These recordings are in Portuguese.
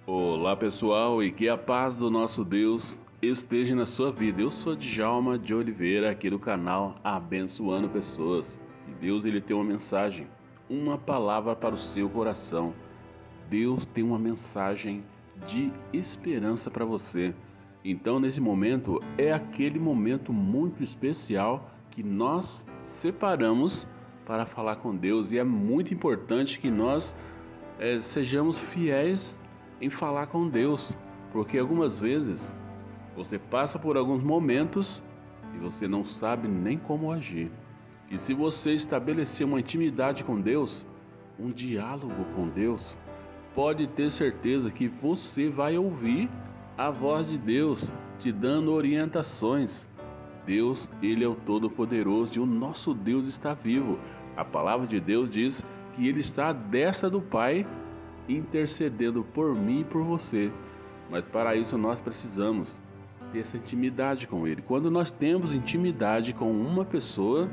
Olá pessoal, e que a paz do nosso Deus esteja na sua vida. Eu sou Djalma de Oliveira, aqui do canal Abençoando Pessoas. E Deus ele tem uma mensagem, uma palavra para o seu coração. Deus tem uma mensagem de esperança para você. Então nesse momento é aquele momento muito especial que nós separamos para falar com Deus. E é muito importante que nós sejamos fiéis em falar com Deus, porque algumas vezes você passa por alguns momentos e você não sabe nem como agir. E se você estabelecer uma intimidade com Deus, um diálogo com Deus, pode ter certeza que você vai ouvir a voz de Deus te dando orientações. Deus, ele é o Todo-Poderoso e o nosso Deus está vivo. A palavra de Deus diz que ele está à destra do Pai, intercedendo por mim e por você. Mas para isso nós precisamos ter essa intimidade com Ele. Quando nós temos intimidade com uma pessoa,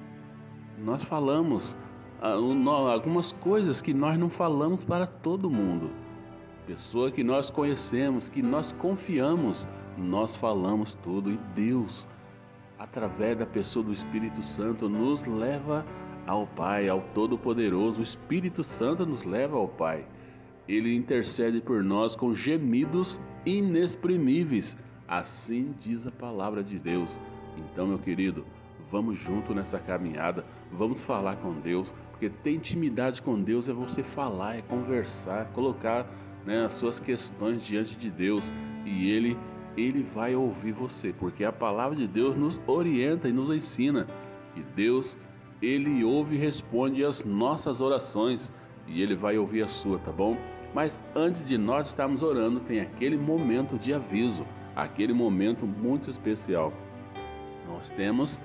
nós falamos algumas coisas que nós não falamos para todo mundo. Pessoa que nós conhecemos, que nós confiamos, nós falamos tudo. E Deus, através da pessoa do Espírito Santo, nos leva ao Pai, ao Todo-Poderoso. O Espírito Santo nos leva ao Pai. Ele intercede por nós com gemidos inexprimíveis. Assim diz a palavra de Deus. Então, meu querido, vamos junto nessa caminhada. Vamos falar com Deus, porque ter intimidade com Deus é você falar, é conversar, colocar, as suas questões diante de Deus. E Ele vai ouvir você, porque a palavra de Deus nos orienta e nos ensina. E Deus, Ele ouve e responde às nossas orações. E Ele vai ouvir a sua, tá bom? Mas antes de nós estarmos orando, tem aquele momento de aviso, aquele momento muito especial. Nós temos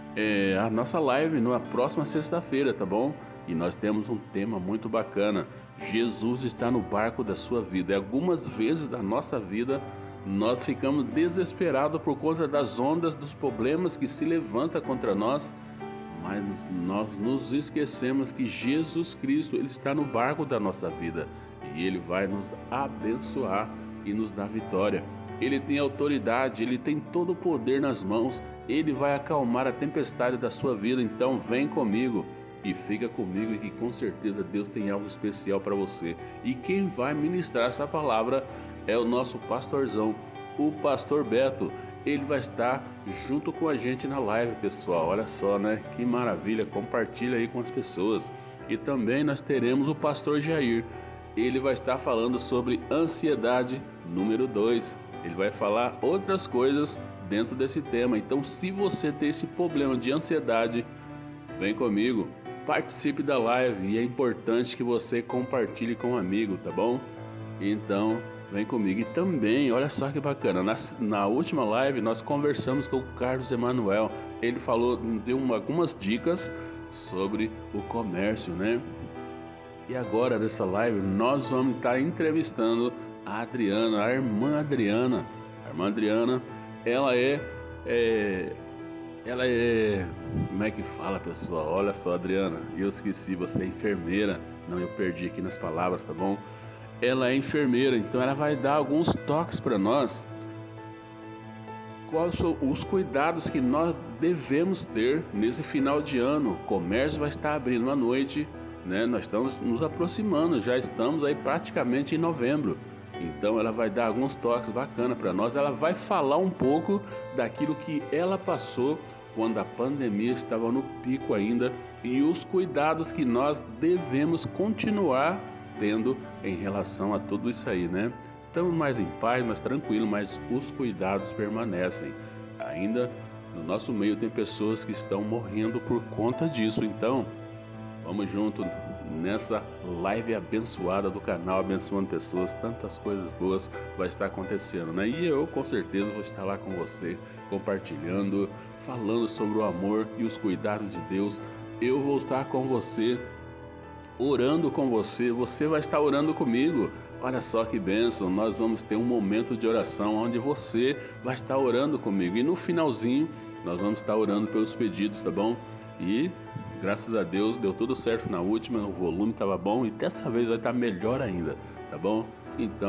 a nossa live na próxima sexta-feira, tá bom? E nós temos um tema muito bacana. Jesus está no barco da sua vida. E algumas vezes da nossa vida nós ficamos desesperados por conta das ondas, dos problemas que se levantam contra nós. Mas nós nos esquecemos que Jesus Cristo, Ele está no barco da nossa vida. E Ele vai nos abençoar e nos dar vitória. Ele tem autoridade, Ele tem todo o poder nas mãos. Ele vai acalmar a tempestade da sua vida. Então vem comigo e fica comigo, e que com certeza Deus tem algo especial para você. E quem vai ministrar essa palavra é o nosso pastorzão, o pastor Beto. Ele vai estar junto com a gente na live, pessoal. Olha só, Que maravilha. Compartilha aí com as pessoas. E também nós teremos o pastor Jair. Ele vai estar falando sobre ansiedade número 2. Ele vai falar outras coisas dentro desse tema. Então, se você tem esse problema de ansiedade, vem comigo, participe da live. E é importante que você compartilhe com um amigo, tá bom? Então, vem comigo. E também, olha só que bacana, na última live nós conversamos com o Carlos Emanuel. Ele deu algumas dicas sobre o comércio, E agora nessa live nós vamos estar entrevistando a Adriana, a irmã Adriana. A irmã Adriana, ela é, como é que fala, pessoal? Olha só, Adriana, eu esqueci, você é enfermeira. Não, eu perdi aqui nas palavras, tá bom? Ela é enfermeira, então ela vai dar alguns toques para nós. Quais são os cuidados que nós devemos ter nesse final de ano? O comércio vai estar abrindo à noite, Nós estamos nos aproximando, já estamos aí praticamente em novembro. Então ela vai dar alguns toques bacanas para nós. Ela vai falar um pouco daquilo que ela passou quando a pandemia estava no pico ainda e os cuidados que nós devemos continuar tendo em relação a tudo isso aí, Estamos mais em paz, mais tranquilo, mas os cuidados permanecem. Ainda no nosso meio tem pessoas que estão morrendo por conta disso. Então, vamos junto nessa live abençoada do canal Abençoando Pessoas. Tantas coisas boas vai estar acontecendo, E eu com certeza vou estar lá com você, compartilhando, falando sobre o amor e os cuidados de Deus. Eu vou estar com você, orando com você, você vai estar orando comigo. Olha só que bênção, nós vamos ter um momento de oração onde você vai estar orando comigo. E no finalzinho, nós vamos estar orando pelos pedidos, tá bom? E graças a Deus deu tudo certo na última, o volume estava bom e dessa vez vai estar melhor ainda, tá bom? Então,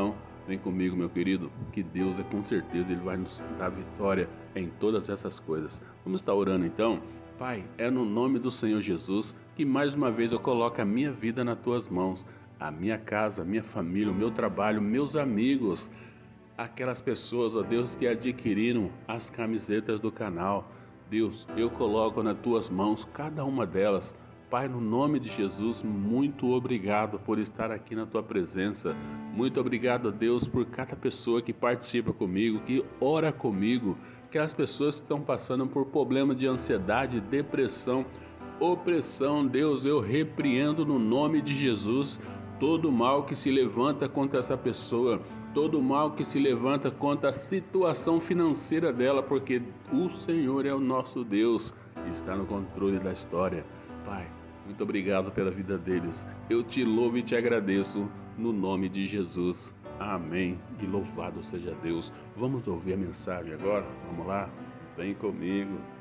Vem comigo, meu querido, que Deus com certeza Ele vai nos dar vitória em todas essas coisas. Vamos estar orando então? Pai, é no nome do Senhor Jesus que mais uma vez eu coloco a minha vida nas tuas mãos, a minha casa, a minha família, o meu trabalho, meus amigos, aquelas pessoas, ó Deus, que adquiriram as camisetas do canal. Deus, eu coloco nas tuas mãos cada uma delas. Pai, no nome de Jesus, muito obrigado por estar aqui na tua presença. Muito obrigado, Deus, por cada pessoa que participa comigo, que ora comigo, aquelas pessoas que estão passando por problemas de ansiedade, depressão, opressão. Deus, eu repreendo no nome de Jesus todo mal que se levanta contra essa pessoa, todo mal que se levanta contra a situação financeira dela, porque o Senhor é o nosso Deus, está no controle da história. Pai, muito obrigado pela vida deles. Eu te louvo e te agradeço no nome de Jesus. Amém. E louvado seja Deus. Vamos ouvir a mensagem agora? Vamos lá? Vem comigo.